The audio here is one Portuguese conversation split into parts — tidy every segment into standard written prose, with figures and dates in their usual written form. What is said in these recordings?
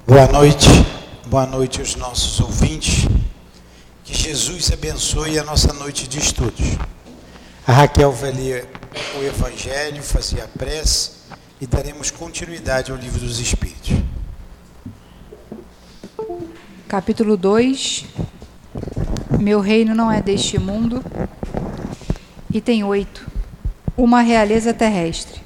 Boa noite aos nossos ouvintes. Que Jesus abençoe a nossa noite de estudos. A Raquel vai ler o Evangelho, fazer a prece e daremos continuidade ao Livro dos Espíritos. Capítulo 2. Meu reino não é deste mundo. Item 8. Uma realeza terrestre.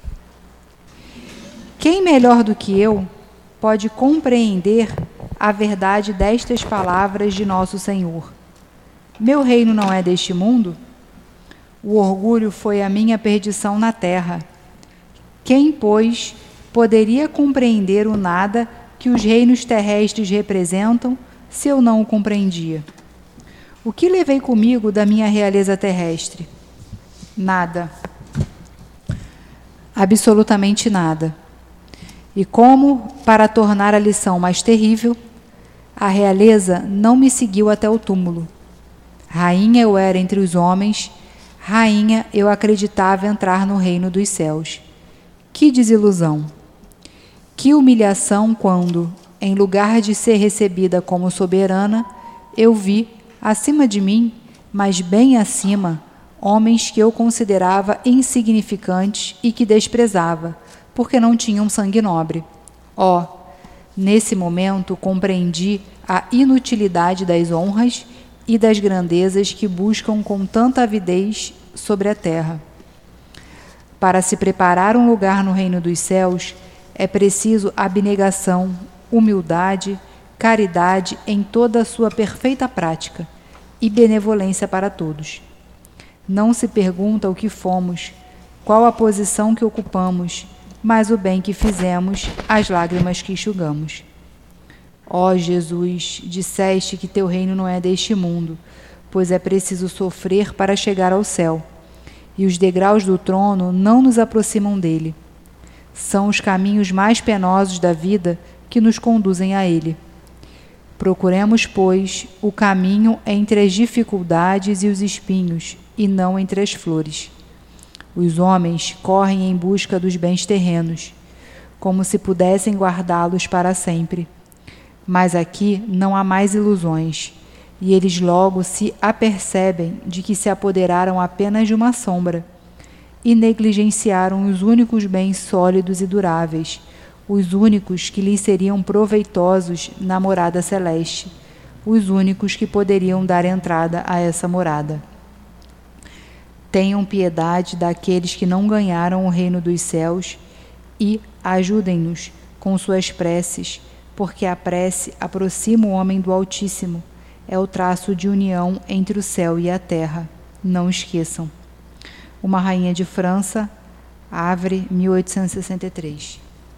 Quem melhor do que eu pode compreender a verdade destas palavras de nosso Senhor? Meu reino não é deste mundo? O orgulho foi a minha perdição na terra. Quem, pois, poderia compreender o nada que os reinos terrestres representam, se eu não o compreendia? O que levei comigo da minha realeza terrestre? Nada. Absolutamente nada. E como, para tornar a lição mais terrível, a realeza não me seguiu até o túmulo. Rainha eu era entre os homens, rainha eu acreditava entrar no reino dos céus. Que desilusão! Que humilhação quando, em lugar de ser recebida como soberana, eu vi, acima de mim, mas bem acima, homens que eu considerava insignificantes e que desprezava, porque não tinham sangue nobre. Nesse momento compreendi a inutilidade das honras e das grandezas que buscam com tanta avidez sobre a terra. Para se preparar um lugar no reino dos céus, é preciso abnegação, humildade, caridade em toda a sua perfeita prática e benevolência para todos. Não se pergunta o que fomos, qual a posição que ocupamos, mas o bem que fizemos, as lágrimas que enxugamos. Ó Jesus, disseste que teu reino não é deste mundo, pois é preciso sofrer para chegar ao céu, e os degraus do trono não nos aproximam dele. São os caminhos mais penosos da vida que nos conduzem a ele. Procuremos, pois, o caminho entre as dificuldades e os espinhos, e não entre as flores. Os homens correm em busca dos bens terrenos, como se pudessem guardá-los para sempre. Mas aqui não há mais ilusões, e eles logo se apercebem de que se apoderaram apenas de uma sombra, e negligenciaram os únicos bens sólidos e duráveis, os únicos que lhes seriam proveitosos na morada celeste, os únicos que poderiam dar entrada a essa morada. Tenham piedade daqueles que não ganharam o reino dos céus e ajudem-nos com suas preces, porque a prece aproxima o homem do Altíssimo, é o traço de união entre o céu e a terra. Não esqueçam. Uma Rainha de França, Havre, 1863.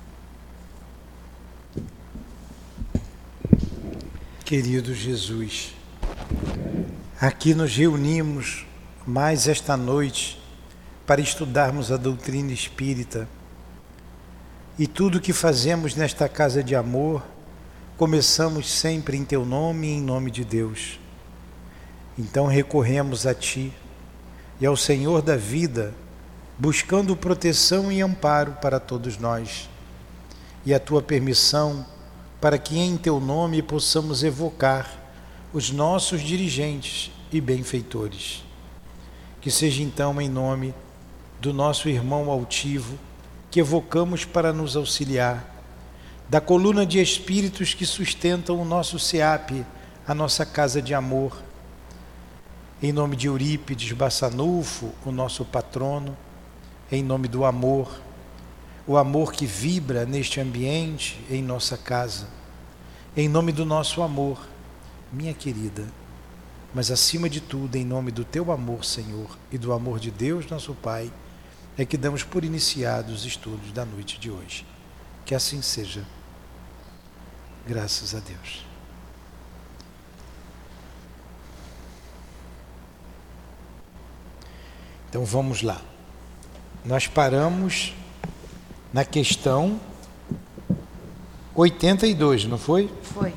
Querido Jesus, aqui nos reunimos mais esta noite para estudarmos a doutrina espírita. E tudo que fazemos nesta casa de amor, começamos sempre em teu nome e em nome de Deus. Então recorremos a ti e ao Senhor da vida, buscando proteção e amparo para todos nós, e a tua permissão para que em teu nome possamos evocar os nossos dirigentes e benfeitores. Que seja então em nome do nosso irmão altivo, que evocamos para nos auxiliar, da coluna de espíritos que sustentam o nosso SEAP, a nossa casa de amor, em nome de Eurípides Bassanufo, o nosso patrono, em nome do amor, o amor que vibra neste ambiente, em nossa casa, em nome do nosso amor, minha querida, mas acima de tudo, em nome do teu amor, Senhor, e do amor de Deus, nosso Pai, é que damos por iniciados os estudos da noite de hoje. Que assim seja. Graças a Deus. Então vamos lá. Nós paramos na questão 82, não foi? Foi.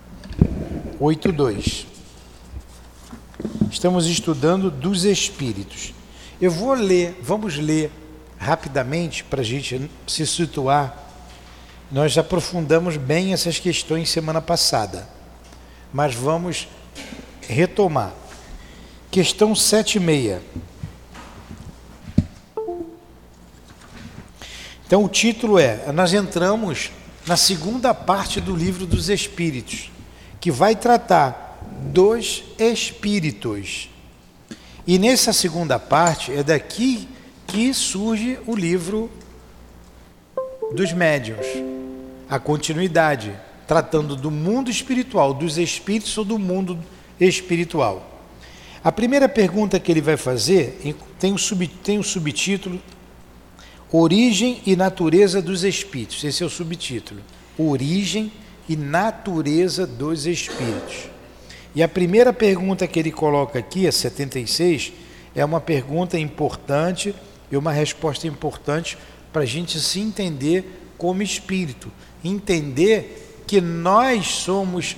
82. Estamos estudando dos espíritos. Eu vou ler, vamos ler rapidamente para a gente se situar Nós aprofundamos bem essas questões semana passada, mas vamos retomar. Questão 7,6. Então o título nós entramos na segunda parte do livro dos Espíritos, que vai tratar dos espíritos. E nessa segunda parte é daqui que surge o livro dos médiuns, a continuidade, tratando do mundo espiritual, dos espíritos ou do mundo espiritual. A primeira pergunta que ele vai fazer tem o subtítulo Origem e Natureza dos Espíritos. Esse é o subtítulo. Origem e Natureza dos Espíritos. E a primeira pergunta que ele coloca aqui, a 76, é uma pergunta importante e uma resposta importante para a gente se entender como espírito. Entender que nós somos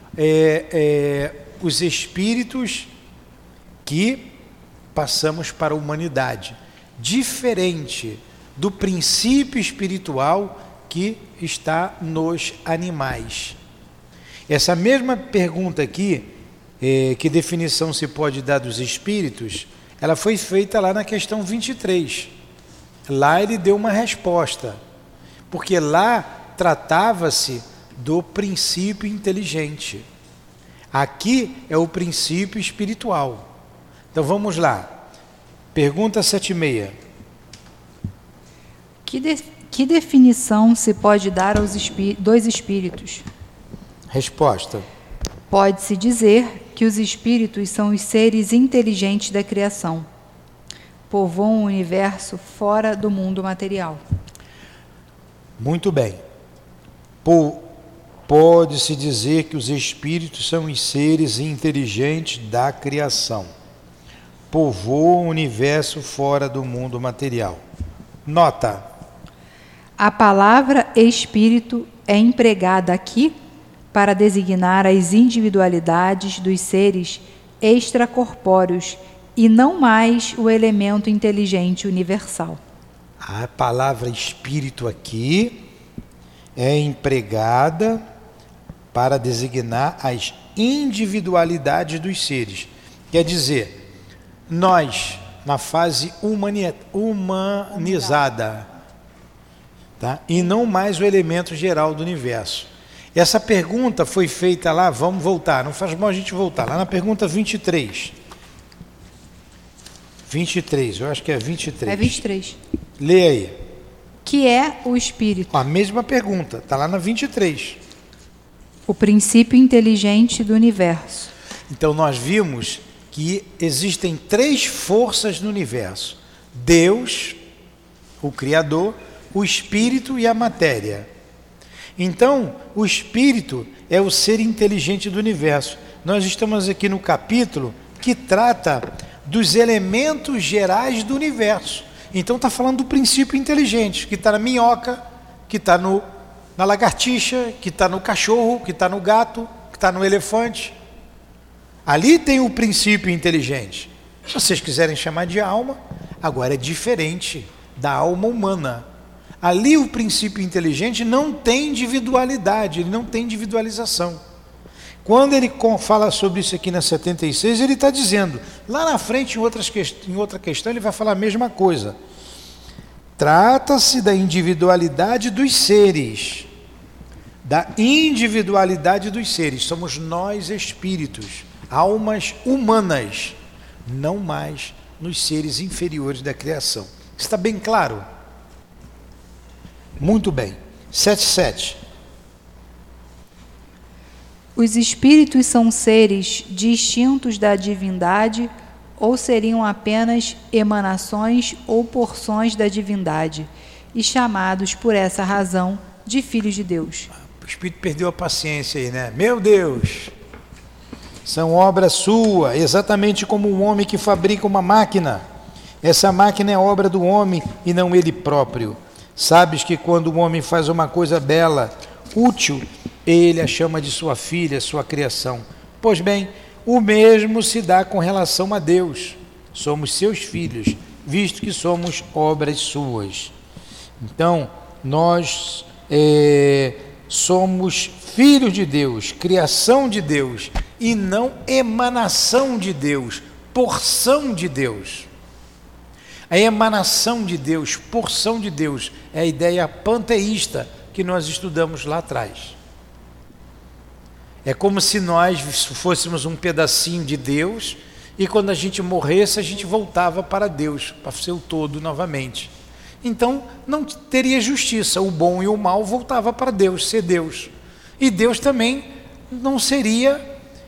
os espíritos que passamos para a humanidade, diferente do princípio espiritual que está nos animais. Essa mesma pergunta aqui, que definição se pode dar dos espíritos, ela foi feita lá na questão 23. Lá ele deu uma resposta, porque lá tratava-se do princípio inteligente. Aqui é o princípio espiritual. Então vamos lá. Pergunta 7,6. Que definição se pode dar dos espíritos? Resposta. Pode-se dizer que os espíritos são os seres inteligentes da criação. Povoam o universo fora do mundo material. Muito bem. Pode-se dizer que os espíritos são os seres inteligentes da criação. Povoam o universo fora do mundo material. Nota. A palavra espírito é empregada aqui para designar as individualidades dos seres extracorpóreos e não mais o elemento inteligente universal. A palavra espírito aqui é empregada para designar as individualidades dos seres. Quer dizer, nós, na fase humanizada, tá? E não mais o elemento geral do universo. Essa pergunta foi feita lá, vamos voltar, não faz mal a gente voltar, lá na pergunta 23. 23, eu acho que é 23. É 23. Lê aí. Que é o espírito? A mesma pergunta, está lá na 23. O princípio inteligente do universo. Então nós vimos que existem 3 forças no universo: Deus, o Criador, o Espírito e a matéria. Então, o Espírito é o ser inteligente do universo. Nós estamos aqui no capítulo que trata dos elementos gerais do universo. Então está falando do princípio inteligente, que está na minhoca, que está na lagartixa, que está no cachorro, que está no gato, que está no elefante. Ali tem o princípio inteligente. Se vocês quiserem chamar de alma, agora é diferente da alma humana. Ali o princípio inteligente não tem individualidade, ele não tem individualização. Quando ele fala sobre isso aqui na 76, ele está dizendo, lá na frente, em outra questão, ele vai falar a mesma coisa. Trata-se da individualidade dos seres. Da individualidade dos seres. Somos nós espíritos, almas humanas, não mais nos seres inferiores da criação. Está bem claro? Muito bem. 7,7. Os espíritos são seres distintos da divindade ou seriam apenas emanações ou porções da divindade e chamados por essa razão de filhos de Deus? O espírito perdeu a paciência aí, né? Meu Deus! São obra sua, exatamente como um homem que fabrica uma máquina. Essa máquina é obra do homem e não ele próprio. Sabes que quando o homem faz uma coisa bela, útil, ele a chama de sua filha, sua criação. Pois bem, o mesmo se dá com relação a Deus. Somos seus filhos, visto que somos obras suas. Então, nós somos filhos de Deus, criação de Deus, e não emanação de Deus, porção de Deus. A emanação de Deus, porção de Deus, é a ideia panteísta que nós estudamos lá atrás. É como se nós fôssemos um pedacinho de Deus e quando a gente morresse, a gente voltava para Deus, para ser o todo novamente. Então, não teria justiça, o bom e o mal voltava para Deus, ser Deus. E Deus também não seria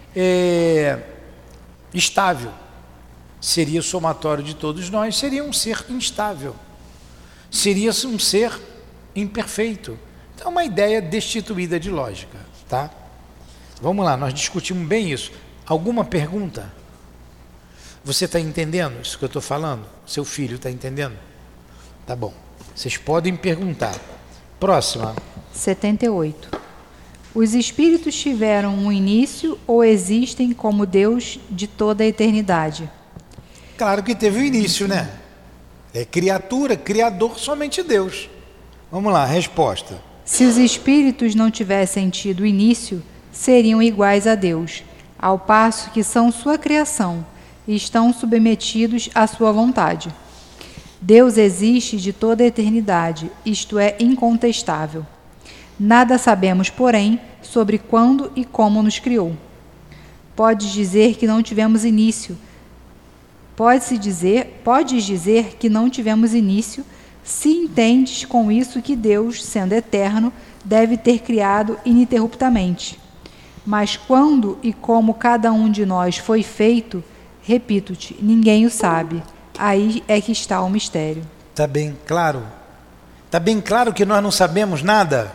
estável. Seria somatório de todos nós, seria um ser instável. Seria um ser imperfeito. Então, é uma ideia destituída de lógica, tá? Vamos lá, nós discutimos bem isso. Alguma pergunta? Você está entendendo isso que eu estou falando? Seu filho está entendendo? Tá bom. Vocês podem perguntar. Próxima. 78. Os espíritos tiveram um início ou existem como Deus de toda a eternidade? Claro que teve um início, né? É criatura, criador, somente Deus. Vamos lá, resposta. Se os espíritos não tivessem tido início, seriam iguais a Deus, ao passo que são sua criação e estão submetidos à sua vontade. Deus existe de toda a eternidade, isto é incontestável. Nada sabemos, porém, sobre quando e como nos criou. Podes dizer que não tivemos início. Podes dizer que não tivemos início, se entendes com isso que Deus, sendo eterno, deve ter criado ininterruptamente. Mas quando e como cada um de nós foi feito, repito-te, ninguém o sabe. Aí é que está o mistério. Está bem claro? Está bem claro que nós não sabemos nada?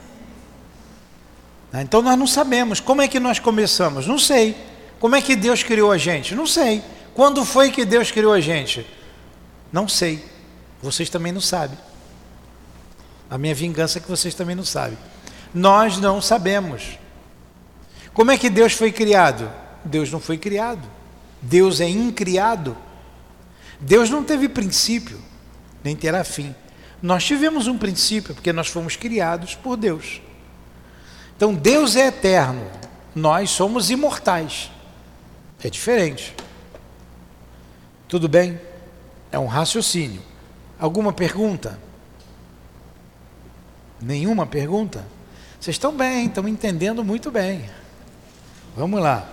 Então nós não sabemos. Como é que nós começamos? Não sei. Como é que Deus criou a gente? Não sei. Quando foi que Deus criou a gente? Não sei. Vocês também não sabem. A minha vingança é que vocês também não sabem. Nós não sabemos. Como é que Deus foi criado? Deus não foi criado. Deus é incriado. Deus não teve princípio, nem terá fim. Nós tivemos um princípio, porque nós fomos criados por Deus. Então Deus é eterno, nós somos imortais. É diferente. Tudo bem? É um raciocínio. Alguma pergunta? Nenhuma pergunta? Vocês estão bem, estão entendendo muito bem. Vamos lá.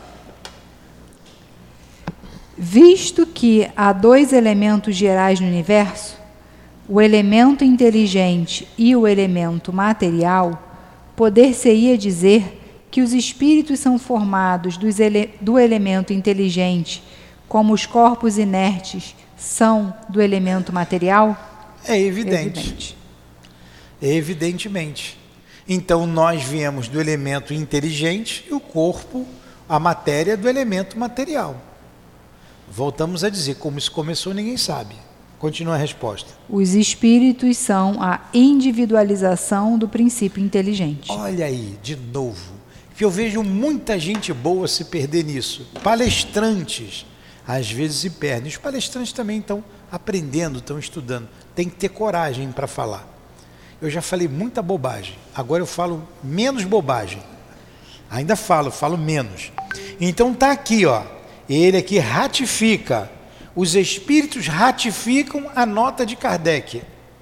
Visto que há dois elementos gerais no universo, o elemento inteligente e o elemento material, poder-se-ia dizer que os espíritos são formados do elemento inteligente, como os corpos inertes são do elemento material? É evidente. Evidentemente. Então nós viemos do elemento inteligente e o corpo, a matéria, do elemento material. Voltamos a dizer, como isso começou, ninguém sabe. Continua a resposta. Os espíritos são a individualização do princípio inteligente. Olha aí, de novo, que eu vejo muita gente boa se perder nisso. Palestrantes, às vezes se perdem. Os palestrantes também estão aprendendo, estão estudando. Tem que ter coragem para falar. Eu já falei muita bobagem, agora eu falo menos bobagem. Ainda falo menos. Então está aqui, ó. Ele aqui ratifica, os espíritos ratificam a nota de Kardec.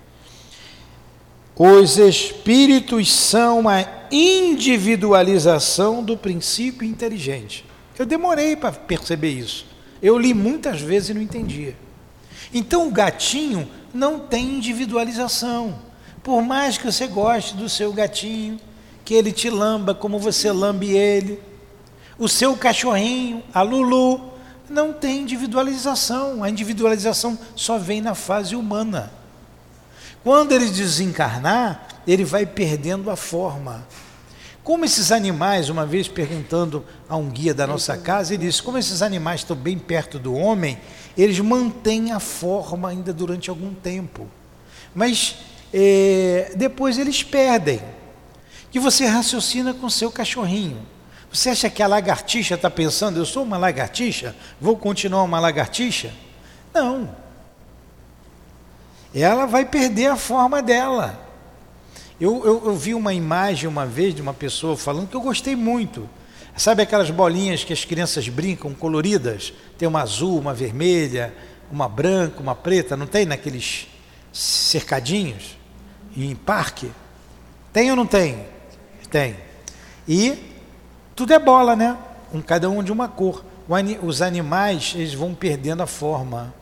Os espíritos são a individualização do princípio inteligente. Eu demorei para perceber isso. Eu li muitas vezes e não entendia. Então o gatinho não tem individualização. Por mais que você goste do seu gatinho, que ele te lamba como você lambe ele, o seu cachorrinho, a Lulu, não tem individualização. A individualização só vem na fase humana. Quando ele desencarnar, ele vai perdendo a forma. Como esses animais, uma vez perguntando a um guia da nossa casa, ele disse, como esses animais estão bem perto do homem, eles mantêm a forma ainda durante algum tempo. Mas depois eles perdem. Que você raciocina com o seu cachorrinho. Você acha que a lagartixa está pensando, eu sou uma lagartixa, vou continuar uma lagartixa? Não. Ela vai perder a forma dela. Eu vi uma imagem uma vez de uma pessoa falando que eu gostei muito. Sabe aquelas bolinhas que as crianças brincam, coloridas? Tem uma azul, uma vermelha, uma branca, uma preta, não tem naqueles cercadinhos em parque? Tem ou não tem? Tem. E tudo é bola, né? Cada um de uma cor. Os animais, eles vão perdendo a forma.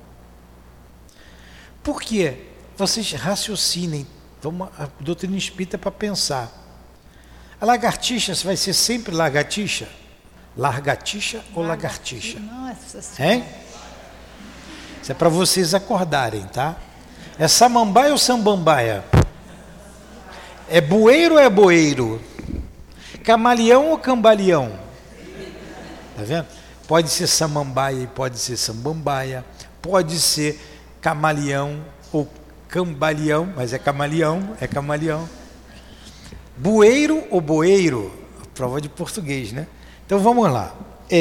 Por quê? Vocês raciocinem. A doutrina espírita é para pensar. A lagartixa vai ser sempre lagartixa? Largatixa ou lagartixa? Nossa Senhora. Hein? Isso é para vocês acordarem, tá? É samambaia ou sambambaia? É bueiro ou é boeiro? Camaleão ou cambaleão? Tá vendo? Pode ser samambaia e pode ser sambambaia. Pode ser camaleão ou cambaleão, mas é camaleão, é camaleão. Bueiro ou boeiro? Prova de português, né? Então vamos lá.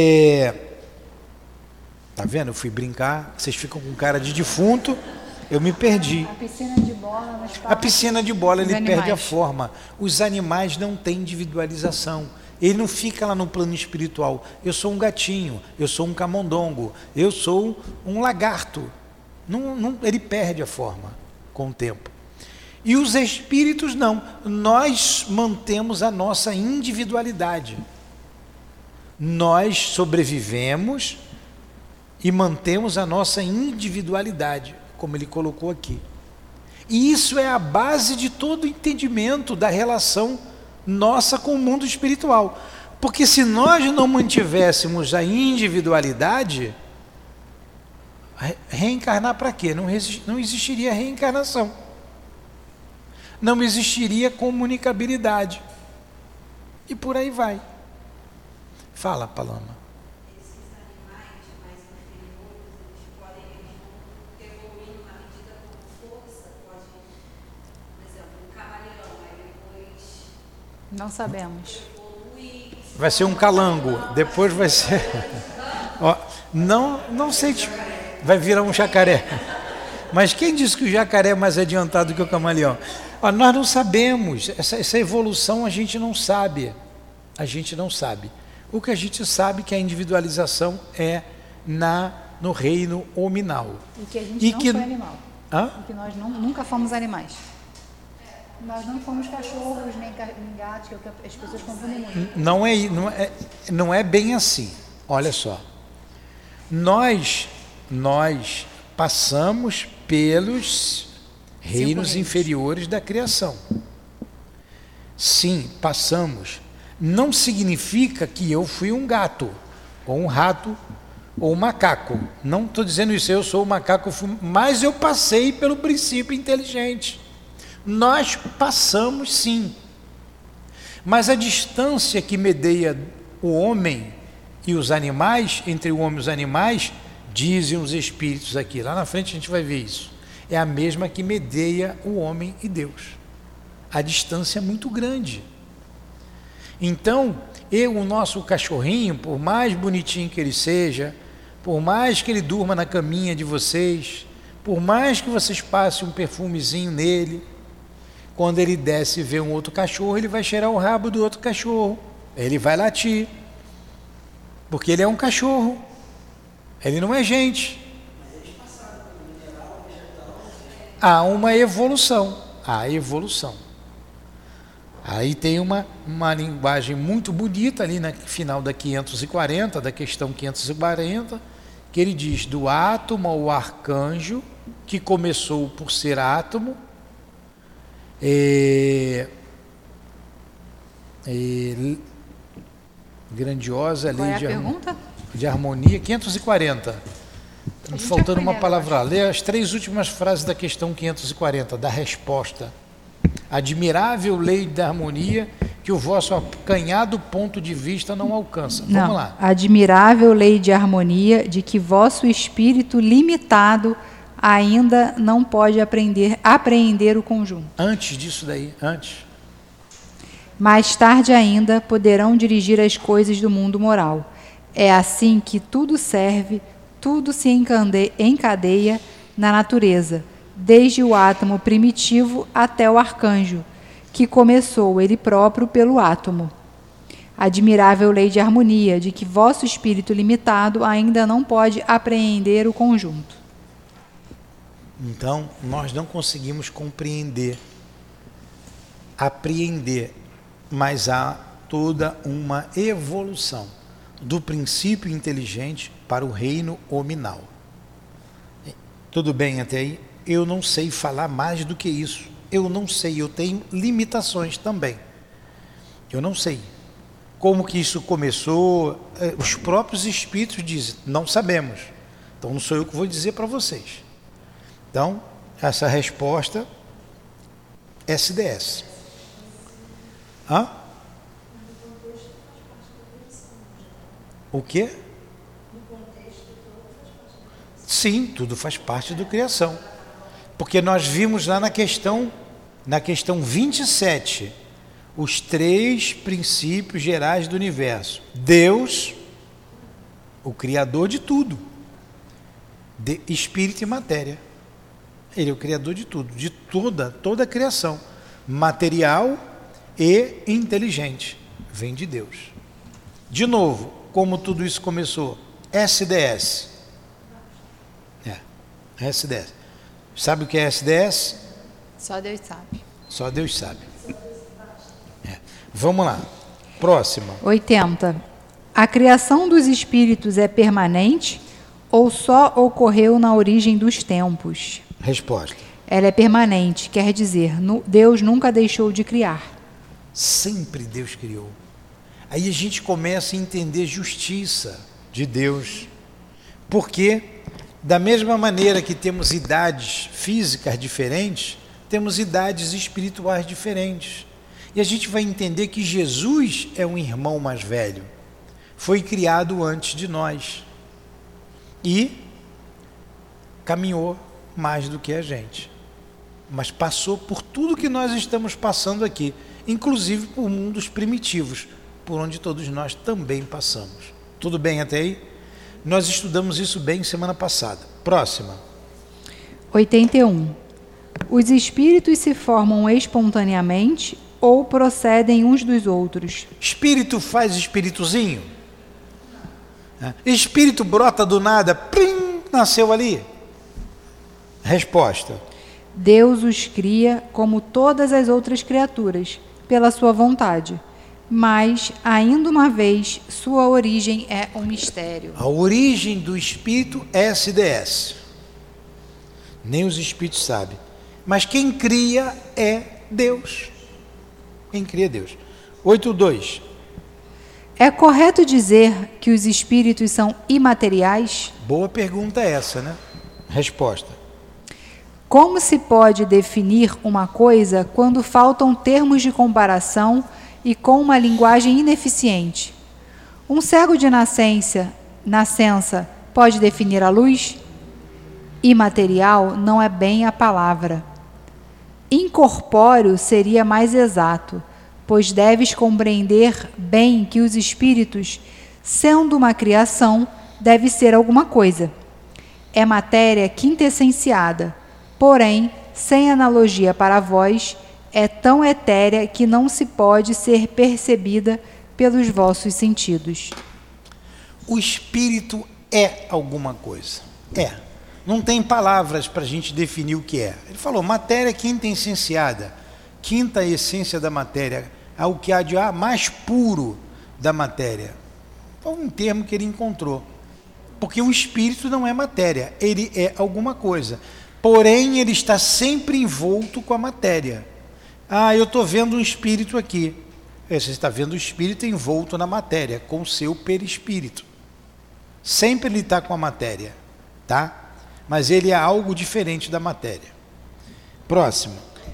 Tá vendo? Eu fui brincar, vocês ficam com cara de defunto, eu me perdi. A piscina de bola, a piscina de bola, ele perde a forma. Os animais não têm individualização. Ele não fica lá no plano espiritual. Eu sou um gatinho, eu sou um camundongo, eu sou um lagarto. Ele perde a forma com o tempo. E os espíritos não. Nós mantemos a nossa individualidade. Nós sobrevivemos e mantemos a nossa individualidade, como ele colocou aqui. E isso é a base de todo o entendimento da relação nossa com o mundo espiritual. Porque se nós não mantivéssemos a individualidade, reencarnar para quê? Não existiria reencarnação. Não existiria comunicabilidade. E por aí vai. Fala, Paloma. Esses animais mais inferiores, eles vão evoluindo na medida com força, pode, por exemplo, um camaleão, aí depois Não sabemos. evolui. Vai ser um calango, depois vai ser... Ó, não sei, vai virar um jacaré. Mas quem disse que o jacaré é mais adiantado que o camaleão? Ó, nós não sabemos, essa evolução a gente não sabe. A gente não sabe. O que a gente sabe é que a individualização é no reino hominal. E que a gente não foi animal. Hã? E que nós nunca fomos animais. Nós não fomos cachorros, nem gatos, que é o que as pessoas confundem muito. Não é bem assim. Olha só. Nós passamos pelos reinos inferiores da criação. Sim, passamos. Não significa que eu fui um gato, ou um rato, ou um macaco. Não estou dizendo isso, eu sou um macaco, mas eu passei pelo princípio inteligente. Nós passamos sim. Mas a distância que medeia o homem e os animais, entre o homem e os animais, dizem os espíritos aqui, lá na frente a gente vai ver isso, é a mesma que medeia o homem e Deus. A distância é muito grande. Então, o nosso cachorrinho, por mais bonitinho que ele seja, por mais que ele durma na caminha de vocês, por mais que vocês passem um perfumezinho nele, quando ele desce e vê um outro cachorro, ele vai cheirar o rabo do outro cachorro, ele vai latir, porque ele é um cachorro, ele não é gente. Há uma evolução, há evolução. Aí tem uma linguagem muito bonita ali no final da 540, da questão 540, que ele diz: do átomo ao arcanjo, que começou por ser átomo, grandiosa lei de harmonia, 540. Faltando uma palavra, lê as 3 últimas frases da questão 540, da resposta. Admirável lei da harmonia que o vosso acanhado ponto de vista não alcança. Vamos lá. Admirável lei de harmonia de que vosso espírito limitado ainda não pode apreender o conjunto. Antes disso daí, antes. Mais tarde ainda poderão dirigir as coisas do mundo moral. É assim que tudo serve, tudo se encadeia na natureza, desde o átomo primitivo até o arcanjo, que começou ele próprio pelo átomo. Admirável lei de harmonia, de que vosso espírito limitado ainda não pode apreender o conjunto. Então, nós não conseguimos compreender, apreender, mas há toda uma evolução do princípio inteligente para o reino hominal. Tudo bem até aí? Eu não sei falar mais do que isso. Eu não sei, eu tenho limitações também. Eu não sei. Como que isso começou? Os próprios espíritos dizem, não sabemos. Então não sou eu que vou dizer para vocês. Então, essa resposta, SDS. Hã? O quê? Sim, tudo faz parte da criação. Porque nós vimos lá na questão 27, os 3 princípios gerais do universo. Deus, o criador de tudo, de espírito e matéria. Ele é o criador de tudo, de toda a criação, material e inteligente, vem de Deus. De novo, como tudo isso começou? SDS. SDS. Sabe o que é SDS? Só Deus sabe. Só Deus sabe. Vamos lá. Próxima. 80. A criação dos espíritos é permanente ou só ocorreu na origem dos tempos? Resposta. Ela é permanente, quer dizer, Deus nunca deixou de criar. Sempre Deus criou. Aí a gente começa a entender justiça de Deus. Porque, da mesma maneira que temos idades físicas diferentes, temos idades espirituais diferentes. E a gente vai entender que Jesus é um irmão mais velho. Foi criado antes de nós. E caminhou mais do que a gente. Mas passou por tudo que nós estamos passando aqui, inclusive por mundos primitivos, por onde todos nós também passamos. Tudo bem até aí? Nós estudamos isso bem semana passada. Próxima. 81. Os espíritos se formam espontaneamente ou procedem uns dos outros? Espírito faz espíritozinho? Espírito brota do nada, plim, nasceu ali? Resposta. Deus os cria como todas as outras criaturas, pela sua vontade. Mas, ainda uma vez, sua origem é um mistério. A origem do espírito é SDS. Nem os espíritos sabem. Mas quem cria é Deus. Quem cria é Deus. 82. É correto dizer que os espíritos são imateriais? Boa pergunta essa, né? Resposta. Como se pode definir uma coisa quando faltam termos de comparação e com uma linguagem ineficiente? Um cego de nascença pode definir a luz? Imaterial não é bem a palavra. Incorpóreo seria mais exato, pois deves compreender bem que os espíritos, sendo uma criação, deve ser alguma coisa. É matéria quintessenciada, porém, sem analogia para vós, é tão etérea que não se pode ser percebida pelos vossos sentidos. O espírito é alguma coisa. É. Não tem palavras para a gente definir o que é. Ele falou, matéria quintessenciada, quinta essência da matéria, o que há de mais puro da matéria. Foi um termo que ele encontrou. Porque o espírito não é matéria, ele é alguma coisa. Porém, ele está sempre envolto com a matéria. Eu estou vendo um espírito aqui. Você está vendo o espírito envolto na matéria, com o seu perispírito. Sempre ele está com a matéria, tá? Mas ele é algo diferente da matéria. Próximo.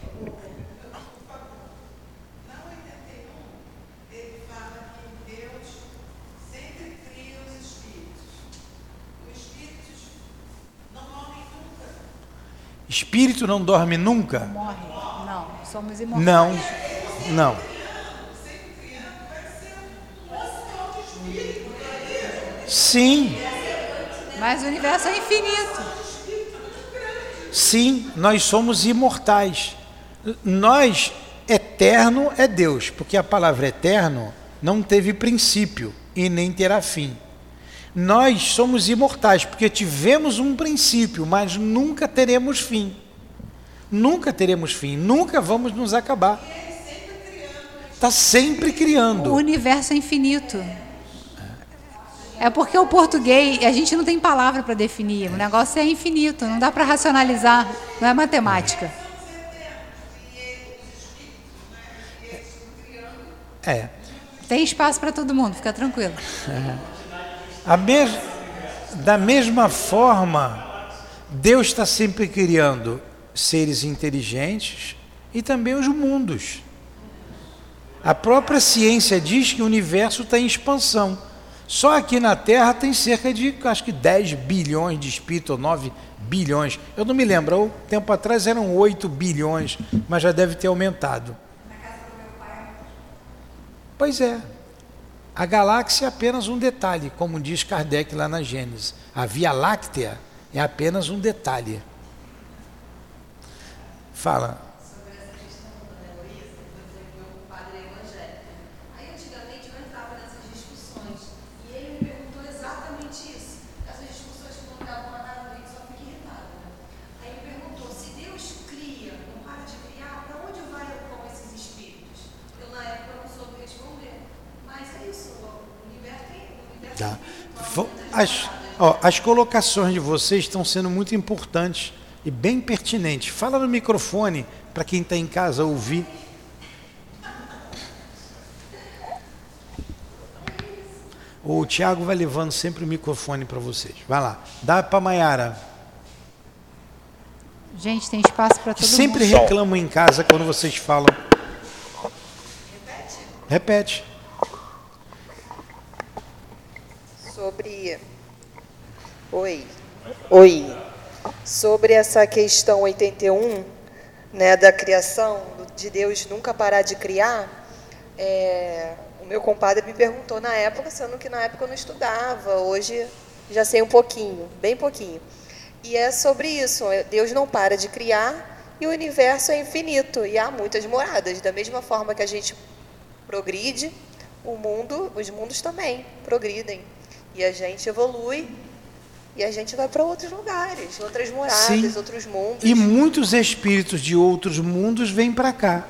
Espírito não dorme nunca? Morre. Não, somos imortais. Não. Sim. Mas o universo é infinito. Sim, nós somos imortais. Nós Eterno é Deus, porque a palavra eterno não teve princípio e nem terá fim. Nós somos imortais, porque tivemos um princípio, mas nunca teremos fim. Nunca teremos fim, nunca vamos nos acabar. Está sempre criando. O universo é infinito. É porque o português, a gente não tem palavra para definir. O negócio é infinito, não dá para racionalizar, não é matemática. Tem espaço para todo mundo, fica tranquilo. Da mesma forma, Deus está sempre criando seres inteligentes e também os mundos. A própria ciência diz que o universo está em expansão. Só aqui na Terra tem cerca de, acho que 10 bilhões de espíritos, ou 9 bilhões. Eu não me lembro, um tempo atrás eram 8 bilhões, mas já deve ter aumentado. Pois é. A galáxia é apenas um detalhe, como diz Kardec lá na Gênesis. A Via Láctea é apenas um detalhe. Fala. Sobre essa questão da Heloísa, por exemplo, meu padre é evangélico. Aí antigamente eu entrava nessas discussões e ele me perguntou exatamente isso. Essas discussões que não davam a nada, eu só fico irritada. Né? Aí ele perguntou, se Deus cria, não para de criar, para onde vai com esses espíritos? Eu na época não soube responder. Mas é isso, o universo tem. Tá. As colocações de vocês estão sendo muito importantes e bem pertinentes. Fala no microfone para quem está em casa ouvir. O Tiago vai levando sempre o microfone para vocês. Vai lá. Dá para a Maiara. Gente, tem espaço para todo mundo. Sempre reclamo em casa quando vocês falam. Repete. Sobre... Oi. Sobre essa questão 81, né, da criação, de Deus nunca parar de criar, o meu compadre me perguntou na época, sendo que na época eu não estudava, hoje já sei um pouquinho, bem pouquinho. E é sobre isso, Deus não para de criar e o universo é infinito e há muitas moradas. Da mesma forma que a gente progride, os mundos também progridem. E a gente evolui e a gente vai para outros lugares, outras moradas, sim, outros mundos. E muitos espíritos de outros mundos vêm para cá.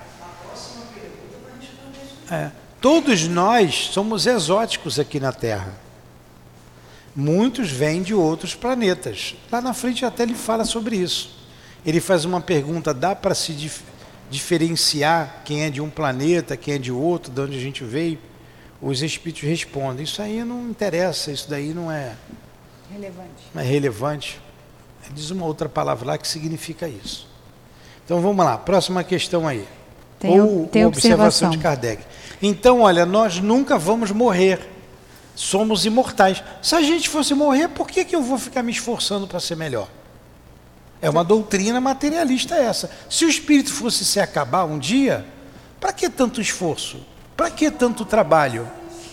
Todos nós somos exóticos aqui na Terra. Muitos vêm de outros planetas. Lá na frente até ele fala sobre isso. Ele faz uma pergunta, dá para se diferenciar quem é de um planeta, quem é de outro, de onde a gente veio? Os espíritos respondem, isso aí não interessa, isso daí não é relevante. Diz uma outra palavra lá que significa isso. Então vamos lá, próxima questão aí. Tem observação de Kardec. Então, olha, nós nunca vamos morrer. Somos imortais. Se a gente fosse morrer, por que eu vou ficar me esforçando para ser melhor? É uma doutrina materialista essa. Se o espírito fosse se acabar um dia, para que tanto esforço? Para que tanto trabalho?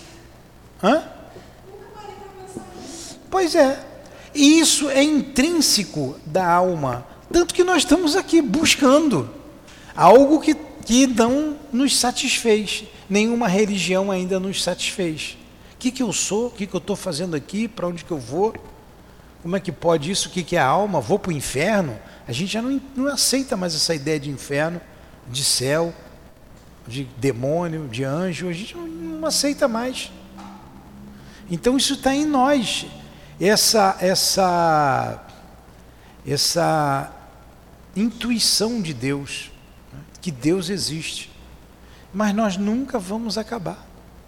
Pois é. E isso é intrínseco da alma. Tanto que nós estamos aqui buscando algo que não nos satisfez. Nenhuma religião ainda nos satisfez. O que eu sou? O que eu estou fazendo aqui? Para onde que eu vou? Como é que pode isso? O que é a alma? Vou para o inferno? A gente já não aceita mais essa ideia de inferno, de céu, de demônio, de anjo. A gente não aceita mais. Então isso está em nós. Essa intuição de Deus, né? Que Deus existe. Mas nós nunca vamos acabar.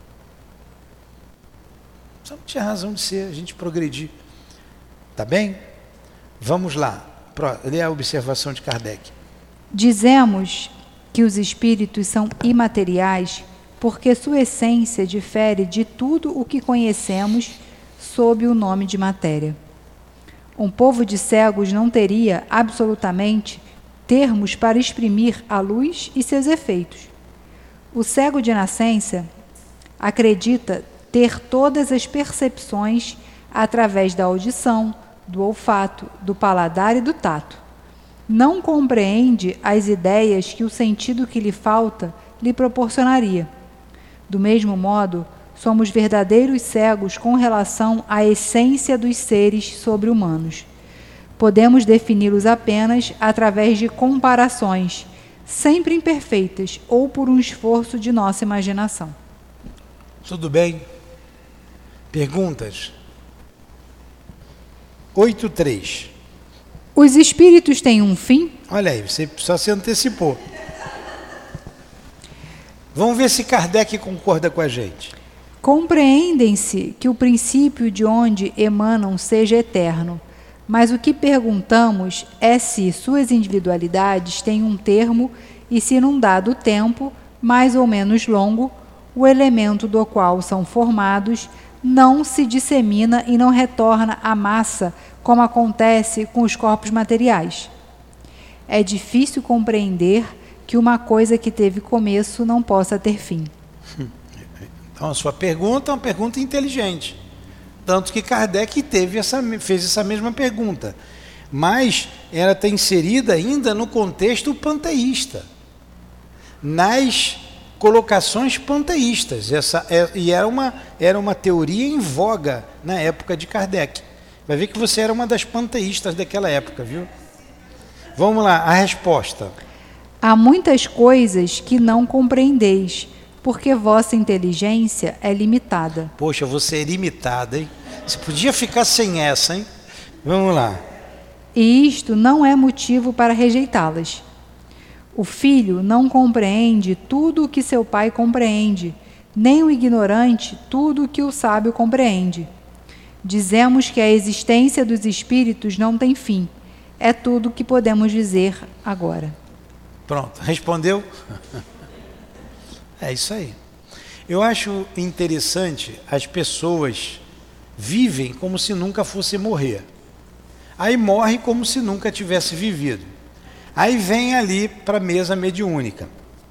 Só não tinha razão de ser, a gente progredir. Tá bem? Vamos lá. Lê a observação de Kardec. Dizemos que os espíritos são imateriais porque sua essência difere de tudo o que conhecemos sob o nome de matéria. Um povo de cegos não teria, absolutamente, termos para exprimir a luz e seus efeitos. O cego de nascença acredita ter todas as percepções através da audição, do olfato, do paladar e do tato. não compreende as ideias que o sentido que lhe falta lhe proporcionaria. Do mesmo modo, somos verdadeiros cegos com relação à essência dos seres sobre-humanos. Podemos defini-los apenas através de comparações, sempre imperfeitas ou por um esforço de nossa imaginação. Tudo bem? Perguntas? 8.3. Os espíritos têm um fim? Olha aí, você só se antecipou. Vamos ver se Kardec concorda com a gente. Compreendem-se que o princípio de onde emanam seja eterno, mas o que perguntamos é se suas individualidades têm um termo e se num dado tempo, mais ou menos longo, o elemento do qual são formados não se dissemina e não retorna à massa como acontece com os corpos materiais. É difícil compreender que uma coisa que teve começo não possa ter fim. Então a sua pergunta é uma pergunta inteligente. Tanto que Kardec fez essa mesma pergunta. Mas ela está inserida ainda no contexto panteísta. Nas colocações panteístas. E era uma teoria em voga na época de Kardec. Vai ver que você era uma das panteístas daquela época, viu? Vamos lá, a resposta. Há muitas coisas que não compreendeis, porque vossa inteligência é limitada. Poxa, você é limitada, hein? Você podia ficar sem essa, hein? Vamos lá. E isto não é motivo para rejeitá-las. O filho não compreende tudo o que seu pai compreende, nem o ignorante tudo o que o sábio compreende. Dizemos que a existência dos espíritos não tem fim. É tudo o que podemos dizer agora. Pronto, respondeu? É isso aí. Eu acho interessante, as pessoas vivem como se nunca fosse morrer. Aí morre como se nunca tivesse vivido. Aí vem ali para a mesa mediúnica.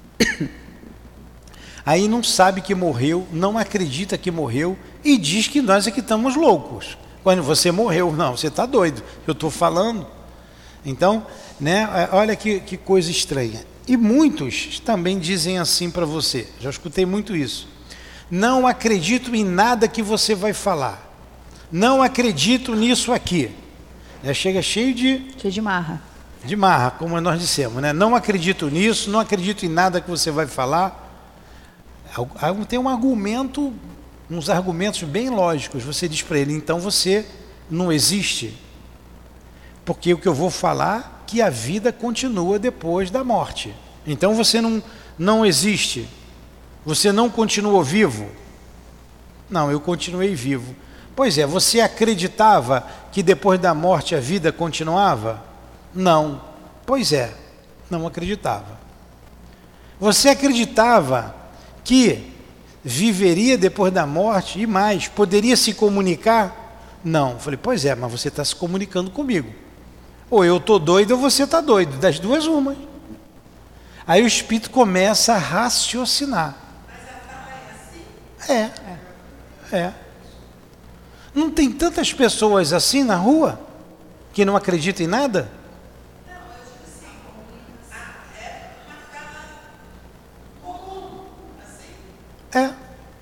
Aí não sabe que morreu, não acredita que morreu e diz que nós é que estamos loucos. Quando você morreu, não, você está doido, eu estou falando. Então, né, olha que coisa estranha. E muitos também dizem assim para você, já escutei muito isso. Não acredito em nada que você vai falar. Não acredito nisso aqui. Chega cheio de marra. De marra, como nós dissemos, né? Não acredito nisso, não acredito em nada que você vai falar. Tem uns argumentos bem lógicos. Você diz para ele, então você não existe. Porque o que eu vou falar é que a vida continua depois da morte. Então você não existe. Você não continuou vivo. Não, eu continuei vivo. Pois é, você acreditava que depois da morte a vida continuava? Não. Pois é, não acreditava. Você acreditava que viveria depois da morte e mais, poderia se comunicar? Não. Falei, pois é, mas você está se comunicando comigo. Ou eu estou doido ou você está doido, das duas uma. Aí o espírito começa a raciocinar. Mas a fala é assim? É. Não tem tantas pessoas assim na rua que não acreditam em nada? Não, eu digo assim, é uma fala comum, assim.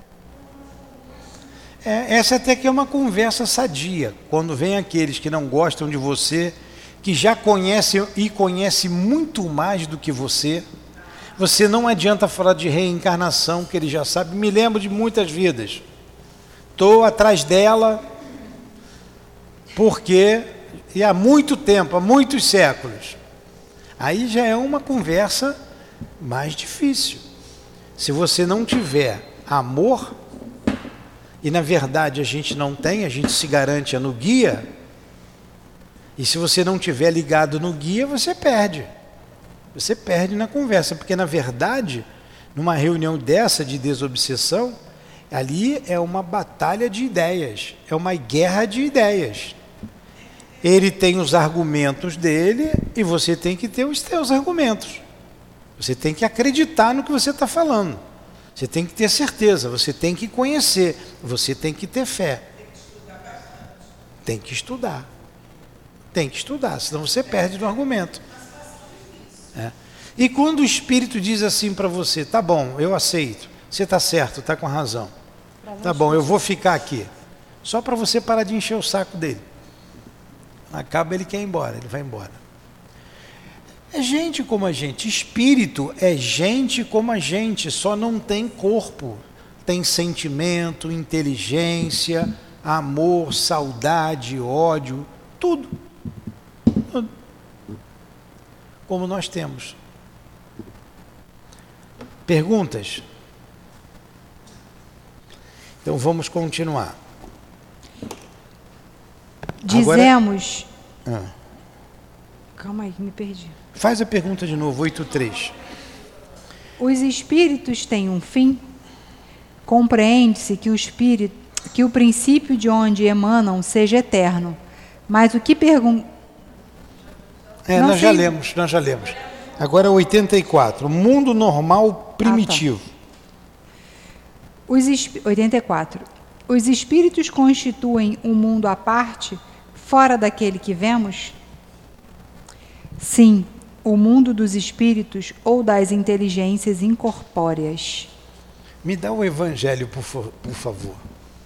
Essa até que é uma conversa sadia. Quando vem aqueles que não gostam de você, que já conhecem e conhecem muito mais do que você não adianta falar de reencarnação, que ele já sabe. Me lembro de muitas vidas. Estou atrás dela porque e há muito tempo, há muitos séculos. Aí já é uma conversa mais difícil. Se você não tiver amor, e na verdade a gente não tem, a gente se garante no guia, e se você não tiver ligado no guia, você perde. Você perde na conversa, porque na verdade, numa reunião dessa de desobsessão, ali é uma batalha de ideias, é uma guerra de ideias. Ele tem os argumentos dele e você tem que ter os seus argumentos. Você tem que acreditar no que você está falando. Você tem que ter certeza, você tem que conhecer, você tem que ter fé. Tem que estudar. Tem que estudar, senão você perde no argumento. Mas E quando o Espírito diz assim para você, tá bom, eu aceito, você está certo, está com razão, tá bom, eu vou ficar aqui, só para você parar de encher o saco dele. Acaba, ele quer ir embora, ele vai embora. É gente como a gente, espírito é gente como a gente, só não tem corpo, tem sentimento, inteligência, amor, saudade, ódio, tudo. Tudo. Como nós temos. Perguntas? Então vamos continuar. Dizemos... Agora... Calma aí, me perdi. Faz a pergunta de novo, 8.3. Os espíritos têm um fim? Compreende-se que o princípio de onde emanam seja eterno. Mas o que pergunta... Nós já lemos. Agora 84. Mundo normal primitivo. 84. Os espíritos constituem um mundo à parte, fora daquele que vemos? Sim, o mundo dos espíritos ou das inteligências incorpóreas. Me dá o evangelho, por favor.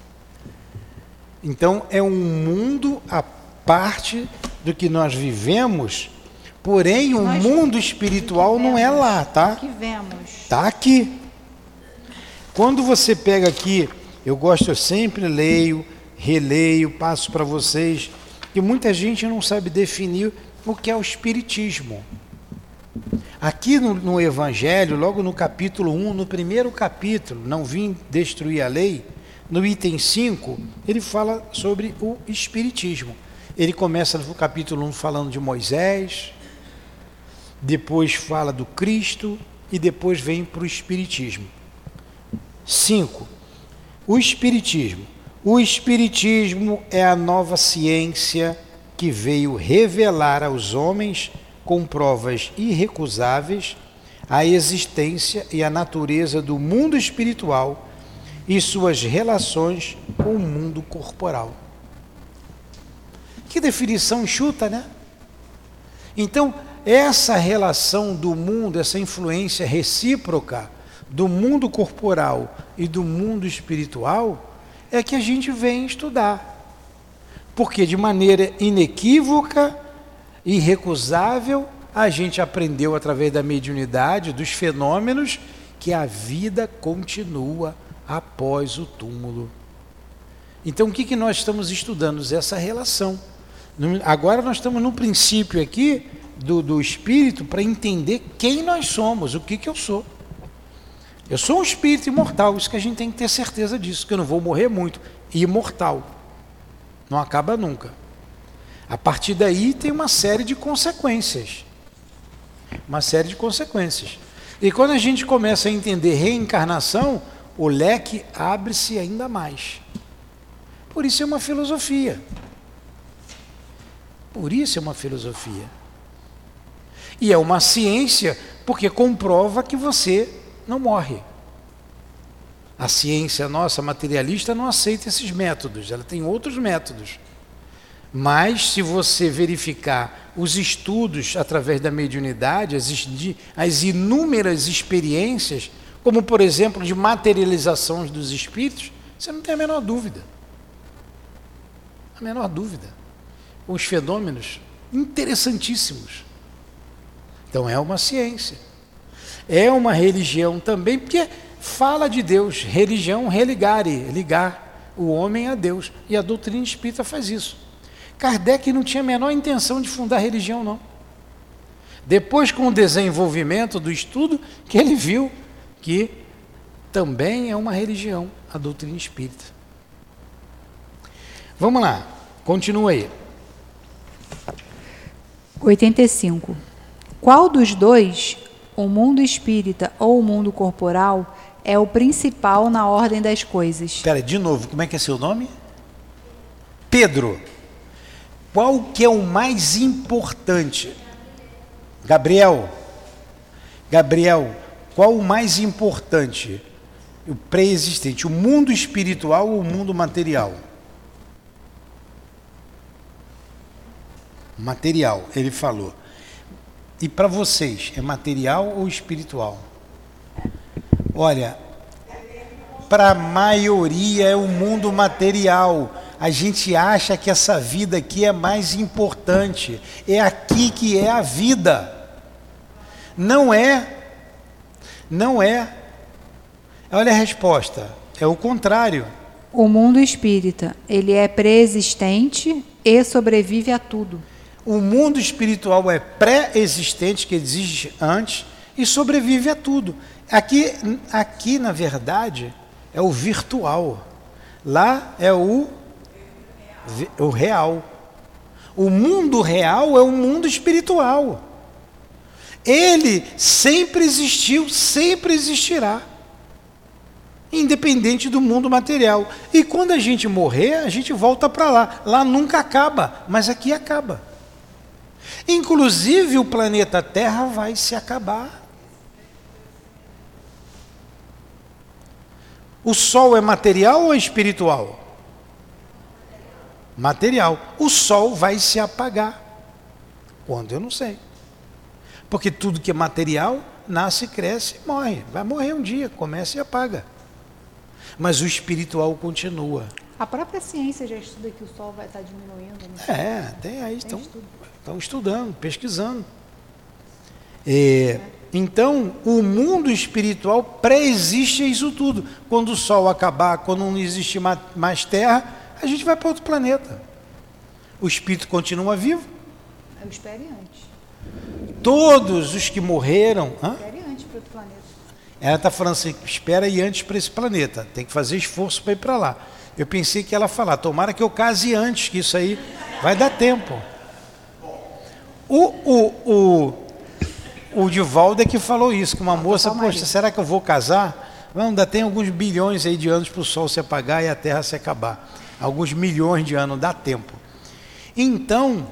Então, é um mundo à parte do que nós vivemos, porém o mundo espiritual não é lá, tá? Que vemos. Tá aqui. Quando você pega aqui, eu sempre leio, releio, passo para vocês, que muita gente não sabe definir o que é o espiritismo. Aqui no Evangelho, logo no capítulo 1, no primeiro capítulo, não vim destruir a lei, no item 5, ele fala sobre o espiritismo. Ele começa no capítulo 1 falando de Moisés, depois fala do Cristo e depois vem para o espiritismo. 5. O espiritismo. O espiritismo é a nova ciência que veio revelar aos homens, com provas irrecusáveis, a existência e a natureza do mundo espiritual e suas relações com o mundo corporal. Que definição enxuta, né? Então, essa relação do mundo, essa influência recíproca do mundo corporal e do mundo espiritual é que a gente vem estudar. Porque de maneira inequívoca, irrecusável, a gente aprendeu através da mediunidade, dos fenômenos, que a vida continua após o túmulo. Então, o que nós estamos estudando? Essa relação. Agora nós estamos no princípio aqui do espírito para entender quem nós somos, o que eu sou. Eu sou um espírito imortal, isso que a gente tem que ter certeza disso, que eu não vou morrer muito. Imortal. Não acaba nunca. A partir daí tem uma série de consequências. Uma série de consequências. E quando a gente começa a entender reencarnação, o leque abre-se ainda mais. Por isso é uma filosofia. Por isso é uma filosofia. E é uma ciência, porque comprova que você não morre. A ciência nossa materialista não aceita esses métodos, ela tem outros métodos. Mas se você verificar os estudos através da mediunidade, as inúmeras experiências, como por exemplo de materializações dos espíritos, você não tem a menor dúvida. A menor dúvida. Os fenômenos interessantíssimos. Então é uma ciência. É uma religião também, porque fala de Deus. Religião, religare, ligar o homem a Deus. E a doutrina espírita faz isso. Kardec não tinha a menor intenção de fundar religião, não. Depois, com o desenvolvimento do estudo, que ele viu que também é uma religião, a doutrina espírita. Vamos lá, continua aí. 85. Qual dos dois, o mundo espírita ou o mundo corporal, é o principal na ordem das coisas? Espera, de novo, como é que é seu nome? Pedro. Qual que é o mais importante? Gabriel. Gabriel, qual o mais importante? O pré-existente, o mundo espiritual ou o mundo material? Material, ele falou. E para vocês, é material ou espiritual? Olha, para a maioria é o mundo material. A gente acha que essa vida aqui é mais importante. É aqui que é a vida. Não é. Não é. Olha a resposta. É o contrário. O mundo espírita, ele é pré-existente e sobrevive a tudo. O mundo espiritual é pré-existente, que existe antes, e sobrevive a tudo. Aqui, na verdade, é o virtual. Lá é o real. O mundo real é o mundo espiritual. Ele sempre existiu, sempre existirá, independente do mundo material. E quando a gente morrer, a gente volta para lá. Lá nunca acaba, mas aqui acaba. Inclusive o planeta Terra vai se acabar. O Sol é material ou é espiritual? Material. O Sol vai se apagar. Quando? Eu não sei. Porque tudo que é material, nasce, cresce e morre. Vai morrer um dia, começa e apaga. Mas o espiritual continua. A própria ciência já estuda que o Sol vai estar diminuindo. Né? É, tem aí, estão estudando, pesquisando. Então, o mundo espiritual pré-existe a isso tudo. Quando o Sol acabar, quando não existe mais Terra, a gente vai para outro planeta. O espírito continua vivo. Eu espero antes. Todos os que morreram... Espere antes para outro planeta. Ela está falando assim, espera ir antes para esse planeta. Tem que fazer esforço para ir para lá. Eu pensei que ela ia falar, tomara que eu case antes, que isso aí vai dar tempo. O Divaldo é que falou isso, que uma moça, poxa, será que eu vou casar? Não, ainda tem alguns bilhões aí de anos para o Sol se apagar e a Terra se acabar. Alguns milhões de anos, dá tempo. Então,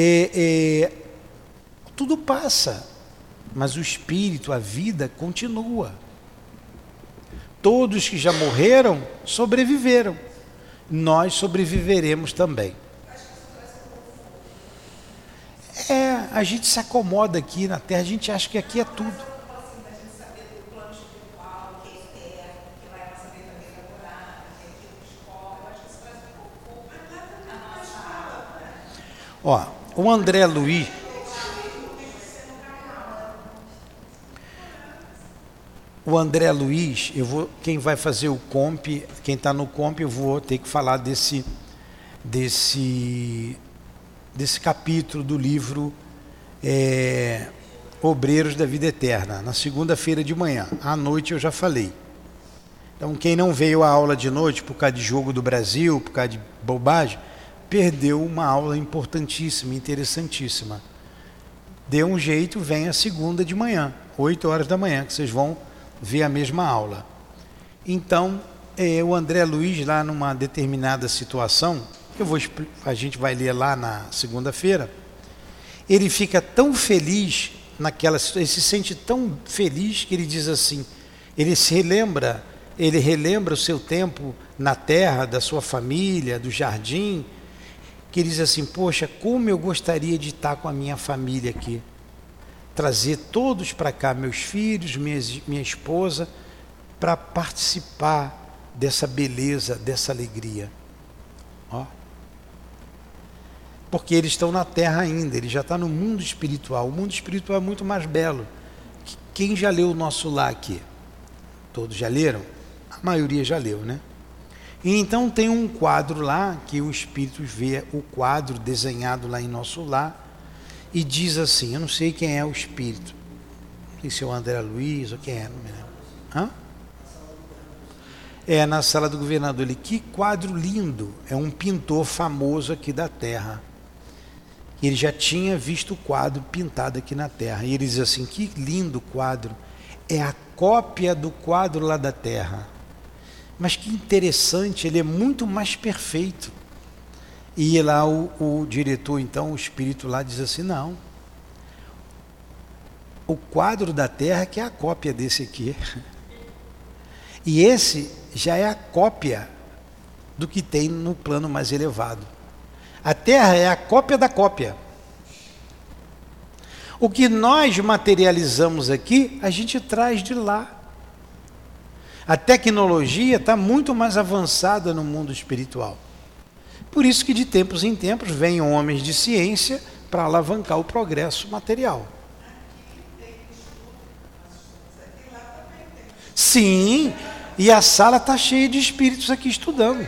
tudo passa, mas o espírito, a vida continua. Todos que já morreram, sobreviveram. Nós sobreviveremos também. A gente se acomoda aqui na Terra, a gente acha que aqui é tudo. Ó, o André Luiz... O André Luiz, quem vai fazer o comp, quem está no comp, eu vou ter que falar desse capítulo do livro Obreiros da Vida Eterna, na segunda-feira de manhã. À noite eu já falei. Então, quem não veio à aula de noite por causa de jogo do Brasil, por causa de bobagem, perdeu uma aula importantíssima, interessantíssima. Dê um jeito, vem a segunda de manhã, 8 horas da manhã, que vocês vão ver a mesma aula. Então, o André Luiz, lá numa determinada situação, a gente vai ler lá na segunda-feira, ele fica tão feliz ele se sente tão feliz que ele diz assim, ele relembra o seu tempo na terra, da sua família, do jardim, que ele diz assim, poxa, como eu gostaria de estar com a minha família aqui. Trazer todos para cá, meus filhos, minha esposa, para participar dessa beleza, dessa alegria. Ó. Porque eles estão na Terra ainda, ele já está no mundo espiritual. O mundo espiritual é muito mais belo. Quem já leu o Nosso Lar aqui? Todos já leram? A maioria já leu, né? E então tem um quadro lá, que o espírito vê o quadro desenhado lá em Nosso Lar, e diz assim, eu não sei quem é o espírito, não sei se é o André Luiz ou quem é, não me lembro. É na sala do governador. Que quadro lindo, é um pintor famoso aqui da Terra. Ele já tinha visto o quadro pintado aqui na Terra, e ele diz assim, que lindo quadro, é a cópia do quadro lá da Terra, mas que interessante, ele é muito mais perfeito. E lá o diretor, então, o espírito lá diz assim, não, o quadro da Terra que é a cópia desse aqui. E esse já é a cópia do que tem no plano mais elevado. A Terra é a cópia da cópia. O que nós materializamos aqui, a gente traz de lá. A tecnologia está muito mais avançada no mundo espiritual. Por isso que de tempos em tempos vêm homens de ciência para alavancar o progresso material. Sim, e a sala está cheia de espíritos aqui estudando.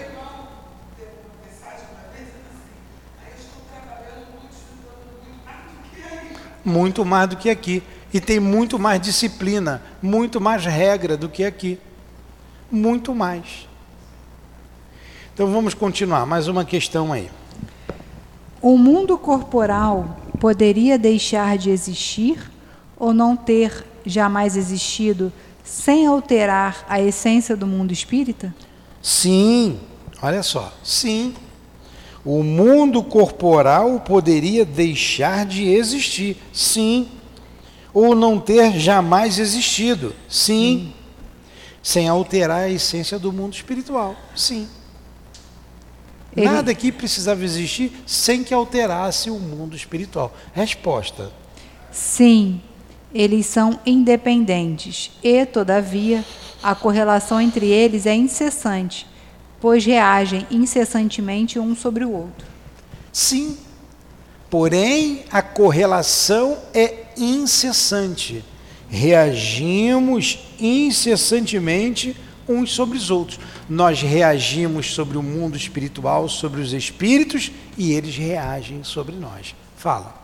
Muito mais do que aqui. E tem muito mais disciplina, muito mais regra do que aqui. Muito mais. Então vamos continuar, mais uma questão aí. O mundo corporal poderia deixar de existir ou não ter jamais existido sem alterar a essência do mundo espírita? Sim, olha só, sim. O mundo corporal poderia deixar de existir, sim. Ou não ter jamais existido, sim. Sem alterar a essência do mundo espiritual, sim. Nada aqui precisava existir sem que alterasse o mundo espiritual. Resposta. Sim, eles são independentes e, todavia, a correlação entre eles é incessante, pois reagem incessantemente um sobre o outro. Sim, porém a correlação é incessante. Reagimos incessantemente uns sobre os outros. Nós reagimos sobre o mundo espiritual, sobre os espíritos, e eles reagem sobre nós. Fala.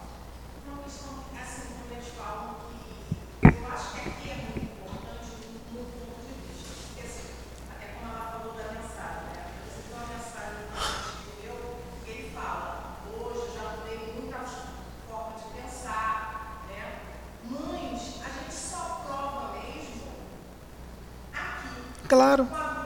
Claro.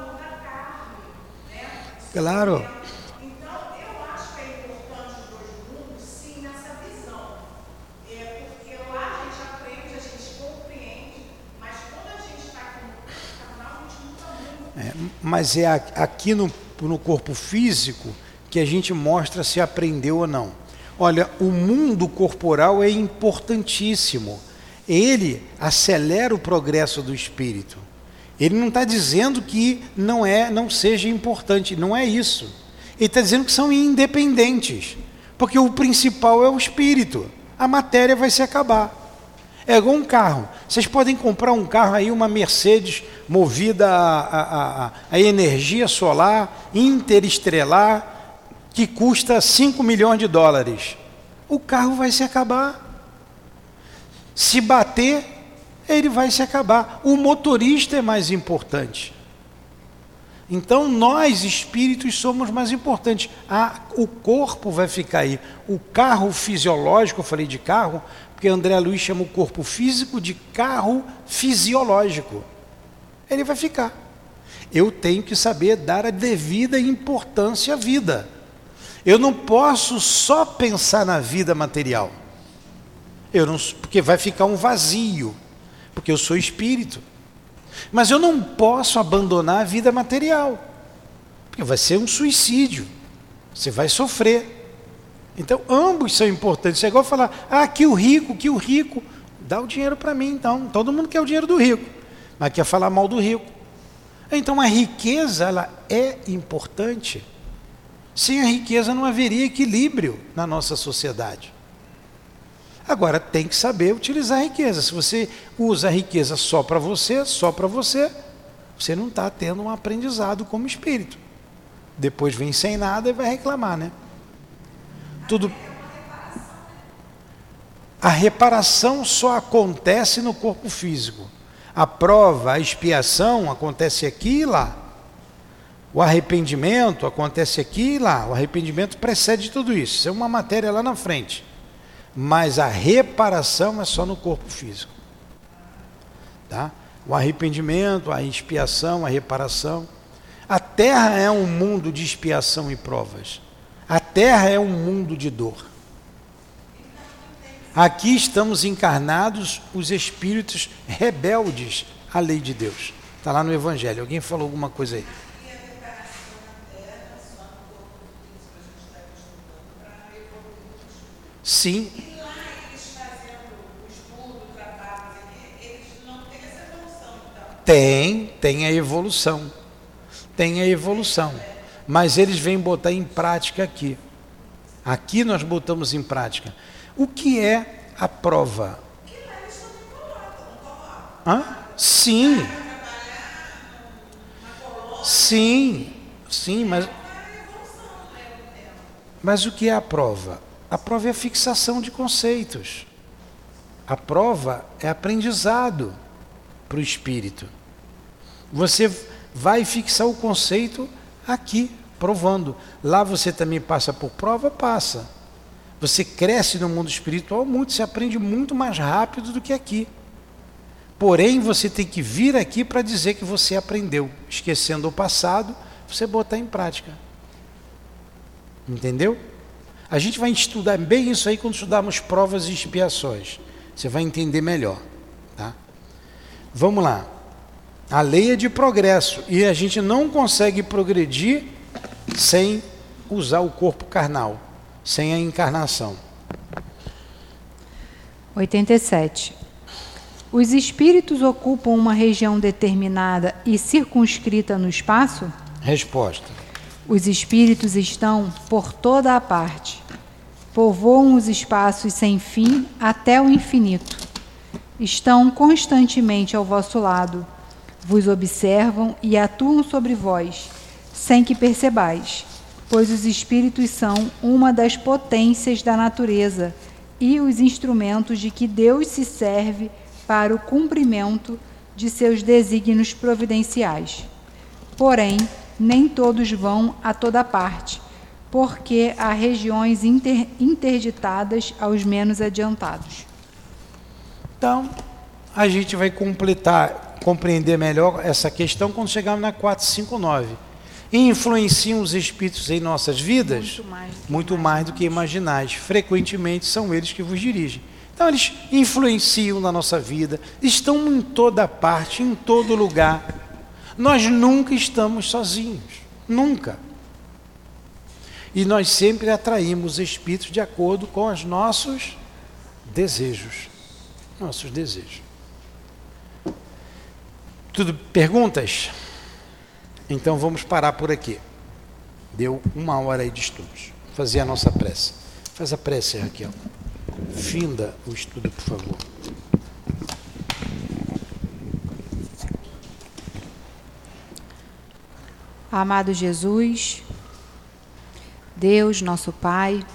Claro. Então, eu acho que é importante os dois mundos, sim, nessa visão. Porque lá a gente aprende, a gente compreende, mas quando a gente está aqui no carnal, a gente muda muito. Mas é aqui no corpo físico que a gente mostra se aprendeu ou não. Olha, o mundo corporal é importantíssimo. Ele acelera o progresso do espírito. Ele não está dizendo que não seja importante, não é isso. Ele está dizendo que são independentes, porque o principal é o espírito. A matéria vai se acabar. É igual um carro. Vocês podem comprar um carro aí, uma Mercedes movida a energia solar, interestrelar, que custa 5 milhões de dólares. O carro vai se acabar. Se bater, ele vai se acabar. O motorista é mais importante. Então nós espíritos somos mais importantes. O corpo vai ficar aí. O carro fisiológico, eu falei de carro, porque André Luiz chama o corpo físico de carro fisiológico. Ele vai ficar. Eu tenho que saber dar a devida importância à vida. Eu não posso só pensar na vida material. Porque vai ficar um vazio. Porque eu sou espírito. Mas eu não posso abandonar a vida material, porque vai ser um suicídio. Você vai sofrer. Então, ambos são importantes. É igual falar, que o rico, dá o dinheiro para mim, então. Todo mundo quer o dinheiro do rico, mas quer falar mal do rico. Então, a riqueza, ela é importante. Sem a riqueza não haveria equilíbrio na nossa sociedade. Agora, tem que saber utilizar a riqueza. Se você usa a riqueza só para você, você não está tendo um aprendizado como espírito. Depois vem sem nada e vai reclamar, né? A reparação só acontece no corpo físico. A prova, a expiação acontece aqui e lá. O arrependimento acontece aqui e lá. O arrependimento precede tudo isso. Isso é uma matéria lá na frente. Mas a reparação é só no corpo físico. Tá? O arrependimento, a expiação, a reparação. A Terra é um mundo de expiação e provas. A Terra é um mundo de dor. Aqui estamos encarnados os espíritos rebeldes à lei de Deus. Está lá no Evangelho. Alguém falou alguma coisa aí? Sim. Tem a evolução. Tem a evolução. Mas eles vêm botar em prática aqui. Aqui nós botamos em prática. O que é a prova? Hã? Sim. Sim, mas o que é a prova? A prova é a fixação de conceitos. A prova é aprendizado para o espírito. Você vai fixar o conceito aqui, provando. Lá você também passa por prova? Passa. Você cresce no mundo espiritual muito, você aprende muito mais rápido do que aqui. Porém, você tem que vir aqui para dizer que você aprendeu. Esquecendo o passado, você botar em prática. Entendeu? A gente vai estudar bem isso aí quando estudarmos provas e expiações. Você vai entender melhor. Tá? Vamos lá. A lei é de progresso. E a gente não consegue progredir sem usar o corpo carnal. Sem a encarnação. 87. Os espíritos ocupam uma região determinada e circunscrita no espaço? Resposta. Os espíritos estão por toda a parte. Povoam os espaços sem fim até o infinito. Estão constantemente ao vosso lado. Vos observam e atuam sobre vós, sem que percebais, pois os espíritos são uma das potências da natureza e os instrumentos de que Deus se serve para o cumprimento de seus desígnios providenciais. Porém, nem todos vão a toda parte, porque há regiões interditadas aos menos adiantados. Então, a gente vai compreender melhor essa questão quando chegarmos na 459. Influenciam os espíritos em nossas vidas? Muito mais do que imaginais. Frequentemente são eles que vos dirigem. Então eles influenciam na nossa vida, estão em toda parte, em todo lugar. Nós nunca estamos sozinhos, nunca. E nós sempre atraímos espíritos de acordo com os nossos desejos. Nossos desejos. Tudo perguntas? Então vamos parar por aqui. Deu 1 hora aí de estudos. Fazer a nossa prece. Faz a prece, Raquel. Finda o estudo, por favor. Amado Jesus, Deus, nosso Pai,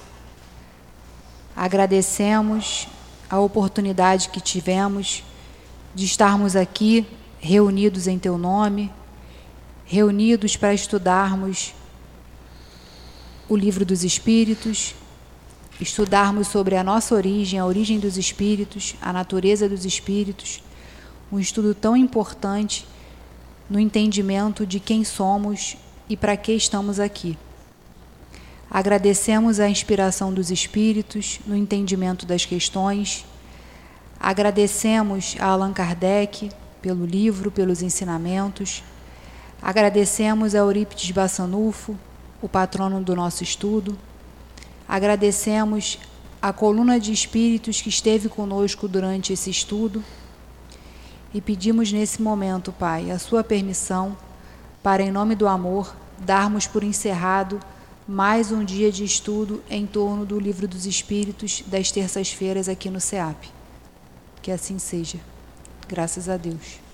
agradecemos a oportunidade que tivemos de estarmos aqui reunidos em Teu nome, reunidos para estudarmos o Livro dos Espíritos, estudarmos sobre a nossa origem, a origem dos espíritos, a natureza dos espíritos, um estudo tão importante no entendimento de quem somos e para que estamos aqui. Agradecemos a inspiração dos espíritos no entendimento das questões, agradecemos a Allan Kardec pelo livro, pelos ensinamentos, agradecemos a Eurípides Bassanufo, o patrono do nosso estudo, agradecemos a coluna de espíritos que esteve conosco durante esse estudo e pedimos nesse momento, Pai, a sua permissão para, em nome do amor, darmos por encerrado mais um dia de estudo em torno do Livro dos Espíritos das terças-feiras aqui no CEAP. Que assim seja. Graças a Deus.